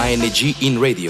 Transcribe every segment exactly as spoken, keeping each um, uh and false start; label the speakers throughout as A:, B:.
A: A N G in Radio.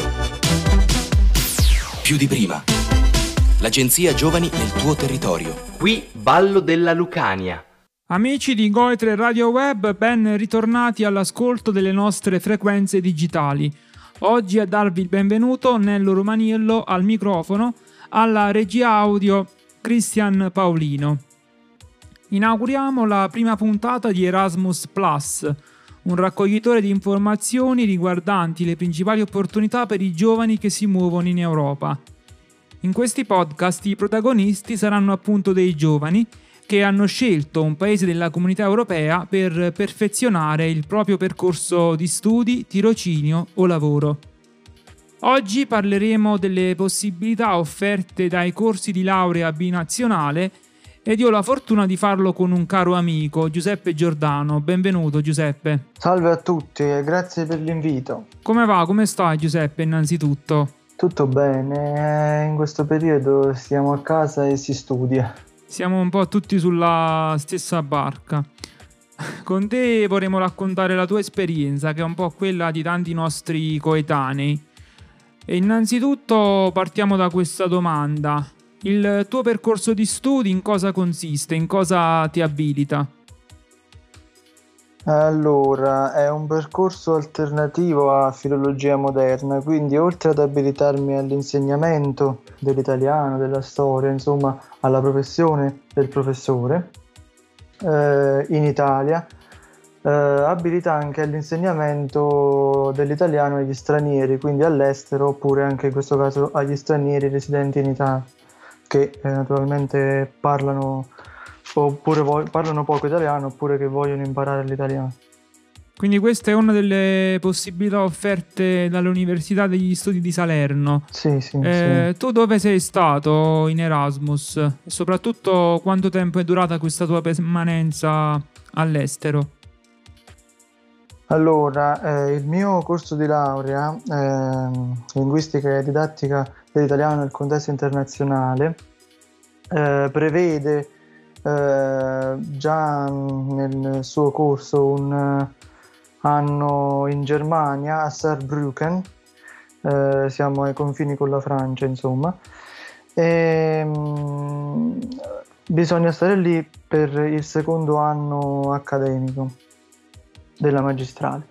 A: Più di prima. L'agenzia Giovani nel tuo territorio.
B: Qui Ballo della Lucania.
C: Amici di Goitre Radio Web, ben ritornati all'ascolto delle nostre frequenze digitali. Oggi a darvi il benvenuto Nello Romaniello al microfono, alla regia audio Cristian Paolino. Inauguriamo la prima puntata di Erasmus Plus, un raccoglitore di informazioni riguardanti le principali opportunità per i giovani che si muovono in Europa. In questi podcast i protagonisti saranno appunto dei giovani che hanno scelto un paese della comunità europea per perfezionare il proprio percorso di studi, tirocinio o lavoro. Oggi parleremo delle possibilità offerte dai corsi di laurea binazionale ed io ho la fortuna di farlo con un caro amico, Giuseppe Giordano. Benvenuto Giuseppe.
D: Salve a tutti e grazie per l'invito.
C: Come va? Come stai Giuseppe innanzitutto?
D: Tutto bene, in questo periodo stiamo a casa e si studia.
C: Siamo un po' tutti sulla stessa barca. Con te vorremmo raccontare la tua esperienza, che è un po' quella di tanti nostri coetanei. E innanzitutto partiamo da questa domanda. Il tuo percorso di studi in cosa consiste? In cosa ti abilita?
D: Allora, è un percorso alternativo a filologia moderna, quindi oltre ad abilitarmi all'insegnamento dell'italiano, della storia, insomma alla professione del professore eh, in Italia, eh, abilita anche all'insegnamento dell'italiano agli stranieri, quindi all'estero, oppure anche in questo caso agli stranieri residenti in Italia, che eh, naturalmente parlano oppure vo- parlano poco italiano oppure che vogliono imparare l'italiano.
C: Quindi questa è una delle possibilità offerte dall'Università degli Studi di Salerno.
D: Sì, sì,
C: eh,
D: sì.
C: Tu dove sei stato in Erasmus? E soprattutto quanto tempo è durata questa tua permanenza all'estero?
D: Allora, eh, il mio corso di laurea, eh, Linguistica e Didattica dell'Italiano nel contesto internazionale, eh, prevede eh, già nel suo corso un uh, anno in Germania, a Saarbrücken, eh, siamo ai confini con la Francia, insomma, e mh, bisogna stare lì per il secondo anno accademico della magistrale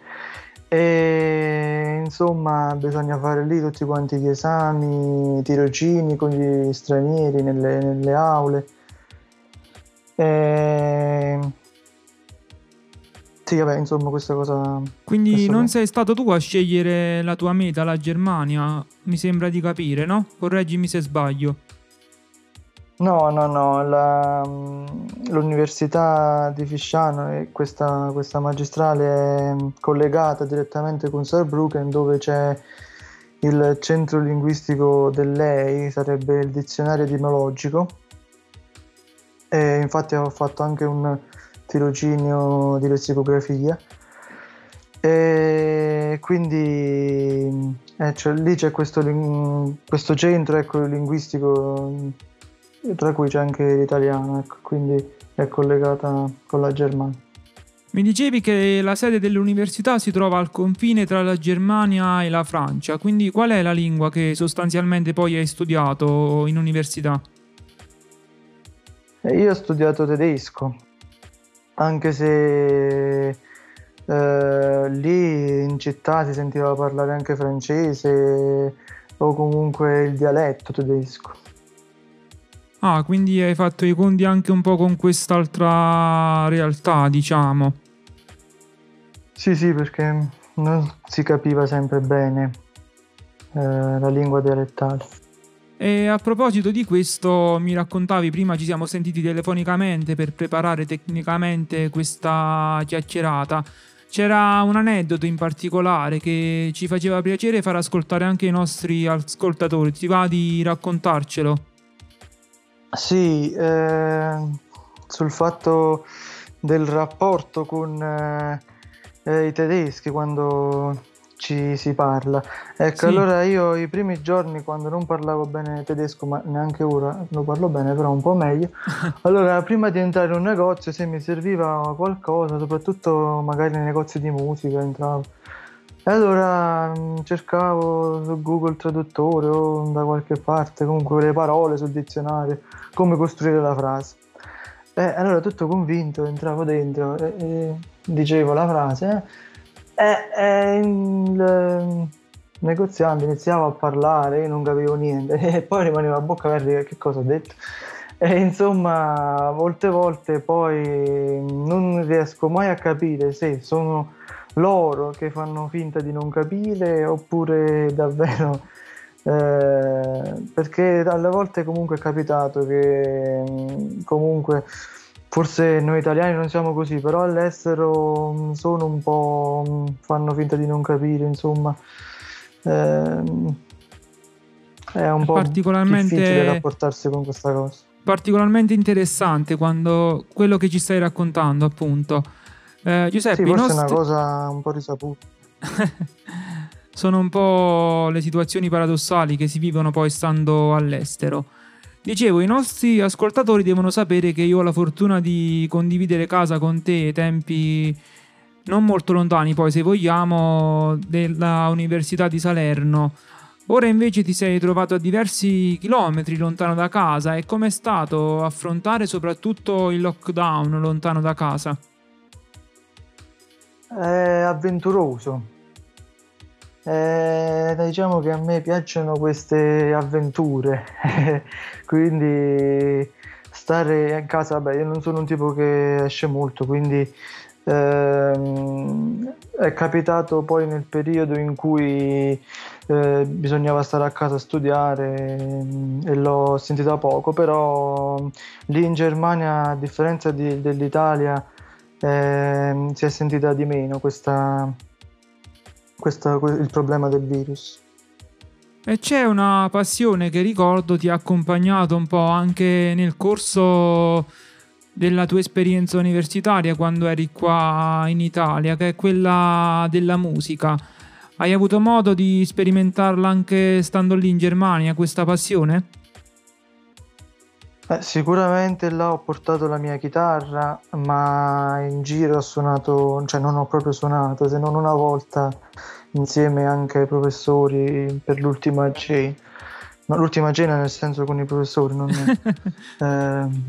D: e insomma bisogna fare lì tutti quanti gli esami, tirocini con gli stranieri nelle, nelle aule e... sì vabbè insomma questa cosa.
C: Quindi
D: questa
C: non
D: cosa.
C: sei stato tu a scegliere la tua meta, la Germania, mi sembra di capire, no? Correggimi se sbaglio.
D: No, no, no, la, l'Università di Fisciano e questa, questa magistrale è collegata direttamente con Saarbrücken, dove c'è il centro linguistico dell'E I, sarebbe il dizionario etimologico, e infatti ho fatto anche un tirocinio di lessicografia e quindi eh, cioè, lì c'è questo, questo centro ecco, linguistico, tra cui c'è anche l'italiano, ecco, quindi è collegata con la Germania.
C: Mi dicevi che la sede dell'università si trova al confine tra la Germania e la Francia, quindi qual è la lingua che sostanzialmente poi hai studiato in università?
D: E io ho studiato tedesco, anche se eh, lì in città si sentiva parlare anche francese o comunque il dialetto tedesco.
C: Ah, quindi hai fatto i conti anche un po' con quest'altra realtà, diciamo.
D: Sì, sì, perché non si capiva sempre bene eh, la lingua dialettale.
C: E a proposito di questo, mi raccontavi, prima ci siamo sentiti telefonicamente per preparare tecnicamente questa chiacchierata. C'era un aneddoto in particolare che ci faceva piacere far ascoltare anche i nostri ascoltatori. Ti va di raccontarcelo?
D: Sì, eh, sul fatto del rapporto con eh, eh, i tedeschi quando ci si parla. Ecco,
C: Sì.
D: allora io i primi giorni quando non parlavo bene tedesco, ma neanche ora lo parlo bene, però un po' meglio. Allora, prima di entrare in un negozio, se mi serviva qualcosa, soprattutto magari nei negozi di musica, entravo. E allora mh, cercavo su Google Traduttore o da qualche parte, comunque le parole sul dizionario, come costruire la frase. E allora tutto convinto, entravo dentro e, e dicevo la frase eh, e, e il eh, negoziante iniziava a parlare, io non capivo niente e poi rimanevo a bocca aperta che cosa ho detto. E insomma, molte volte poi non riesco mai a capire se sono loro che fanno finta di non capire oppure davvero eh, perché alle volte comunque è capitato che mh, comunque forse noi italiani non siamo così, però all'estero mh, sono un po' mh, fanno finta di non capire, insomma. Ehm, è un
C: È
D: po' difficile
C: particolarmente,
D: rapportarsi con questa cosa.
C: particolarmente interessante quando quello che ci stai raccontando, appunto. Eh,
D: Sì,
C: Giuseppe, i
D: forse è una
C: nostri...
D: cosa un po' risaputa.
C: sono un po' le situazioni paradossali che si vivono poi stando all'estero. Dicevo, i nostri ascoltatori devono sapere che io ho la fortuna di condividere casa con te ai tempi non molto lontani, poi se vogliamo, della Università di Salerno. Ora invece ti sei trovato a diversi chilometri lontano da casa e com'è stato affrontare soprattutto il lockdown lontano da casa?
D: È avventuroso. Eh, diciamo che a me piacciono queste avventure, quindi stare a casa, vabbè, io non sono un tipo che esce molto, quindi ehm, è capitato poi nel periodo in cui eh, bisognava stare a casa a studiare mm, e l'ho sentita poco, però lì in Germania, a differenza di- dell'Italia, ehm, si è sentita di meno questa, questa- que- il problema del virus.
C: E c'è una passione che ricordo ti ha accompagnato un po' anche nel corso della tua esperienza universitaria quando eri qua in Italia, che è quella della musica. Hai avuto modo di sperimentarla anche stando lì in Germania, questa passione?
D: Eh, sicuramente là ho portato la mia chitarra, ma in giro ho suonato, cioè non ho proprio suonato, se non una volta insieme anche ai professori per l'ultima cena. No, l'ultima cena nel senso con i professori, non... ehm,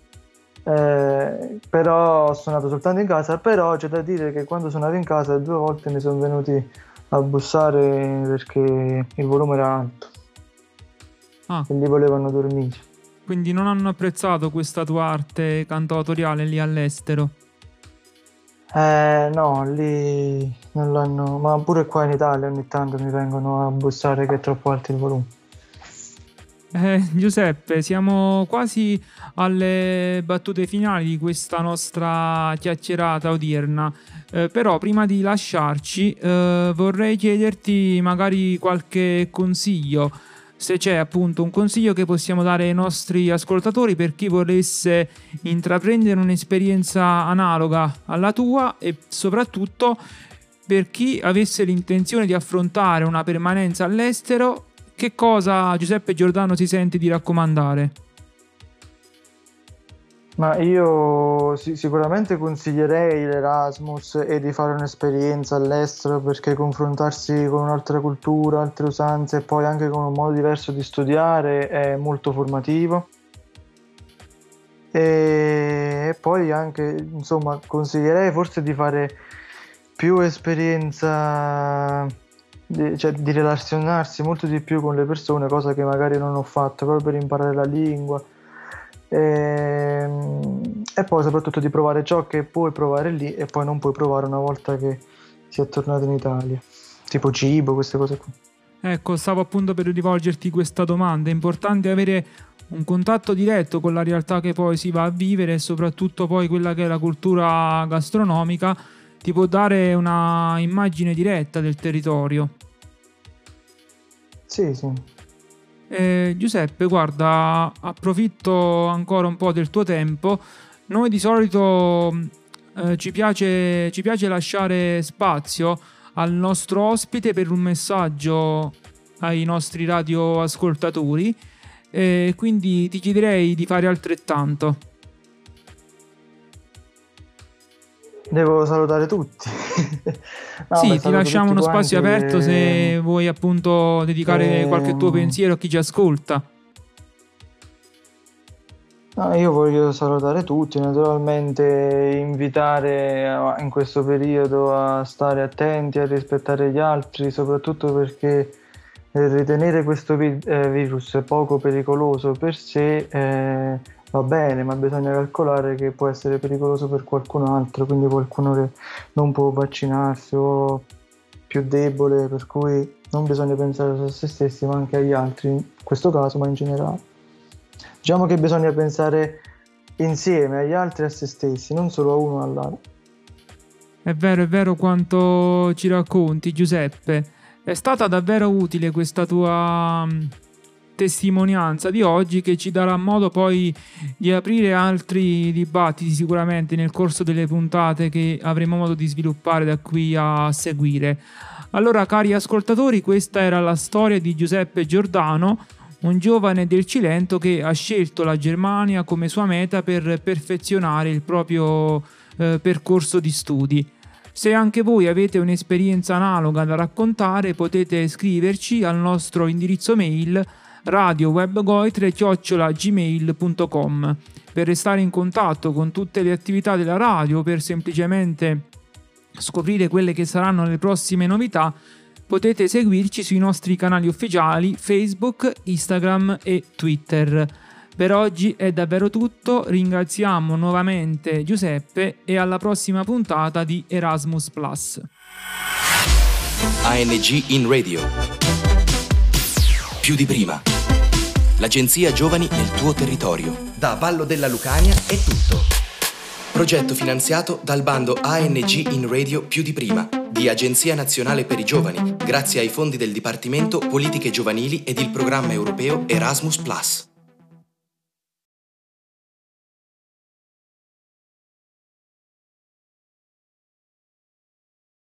D: eh, però ho suonato soltanto in casa, però c'è da dire che quando suonavo in casa due volte mi sono venuti a bussare perché il volume era alto
C: Ah,
D: e lì volevano dormire.
C: quindi non hanno apprezzato questa tua arte cantautoriale lì all'estero.
D: Eh no, lì non l'hanno, ma pure qua in Italia ogni tanto mi vengono a bussare che è troppo alto il volume.
C: Eh, Giuseppe, siamo quasi alle battute finali di questa nostra chiacchierata odierna. Eh, però prima di lasciarci, eh, vorrei chiederti magari qualche consiglio, se c'è appunto un consiglio che possiamo dare ai nostri ascoltatori per chi volesse intraprendere un'esperienza analoga alla tua e soprattutto per chi avesse l'intenzione di affrontare una permanenza all'estero. Che cosa Giuseppe Giordano si sente di raccomandare?
D: Ma io si- sicuramente consiglierei l'Erasmus e di fare un'esperienza all'estero perché confrontarsi con un'altra cultura, altre usanze e poi anche con un modo diverso di studiare è molto formativo. E, e poi anche, insomma, consiglierei forse di fare più esperienza, di, cioè di relazionarsi molto di più con le persone, cosa che magari non ho fatto proprio per imparare la lingua. E, e poi soprattutto di provare ciò che puoi provare lì e poi non puoi provare una volta che si è tornato in Italia, tipo cibo, queste cose qui.
C: Ecco, stavo appunto per rivolgerti questa domanda. È importante avere un contatto diretto con la realtà che poi si va a vivere e soprattutto poi quella che è la cultura gastronomica ti può dare una immagine diretta del territorio.
D: Sì, sì.
C: Eh, Giuseppe, guarda, approfitto ancora un po' del tuo tempo. Noi di solito eh, ci piace, ci piace lasciare spazio al nostro ospite per un messaggio ai nostri radioascoltatori, e quindi ti chiederei di fare altrettanto.
D: Devo salutare tutti. No,
C: Sì,
D: beh,
C: ti lasciamo uno spazio
D: quanti,
C: aperto se vuoi appunto dedicare
D: ehm...
C: qualche tuo pensiero a chi ci ascolta.
D: No, io voglio salutare tutti, naturalmente invitare in questo periodo a stare attenti, a rispettare gli altri, soprattutto perché ritenere questo virus poco pericoloso per sé eh, va bene, ma bisogna calcolare che può essere pericoloso per qualcun altro, quindi qualcuno che non può vaccinarsi o più debole, per cui non bisogna pensare solo a se stessi ma anche agli altri, in questo caso, ma in generale. Diciamo che bisogna pensare insieme agli altri e a se stessi, non solo a uno o all'altro.
C: È vero, è vero quanto ci racconti, Giuseppe. È stata davvero utile questa tua testimonianza di oggi, che ci darà modo poi di aprire altri dibattiti sicuramente nel corso delle puntate che avremo modo di sviluppare da qui a seguire. Allora, cari ascoltatori, questa era la storia di Giuseppe Giordano, un giovane del Cilento che ha scelto la Germania come sua meta per perfezionare il proprio eh, percorso di studi. Se anche voi avete un'esperienza analoga da raccontare, potete scriverci al nostro indirizzo mail radiowebgoitre chiocciola gmail punto com. Per restare in contatto con tutte le attività della radio, per semplicemente scoprire quelle che saranno le prossime novità, potete seguirci sui nostri canali ufficiali Facebook, Instagram e Twitter. Per oggi è davvero tutto, ringraziamo nuovamente Giuseppe e alla prossima puntata di Erasmus Plus.
A: A N G in Radio. Più di prima. L'agenzia Giovani nel tuo territorio.
B: Da Vallo della Lucania è tutto.
A: Progetto finanziato dal bando A N G in Radio Più di prima di Agenzia Nazionale per i Giovani, grazie ai fondi del Dipartimento Politiche Giovanili ed il programma europeo Erasmus Plus.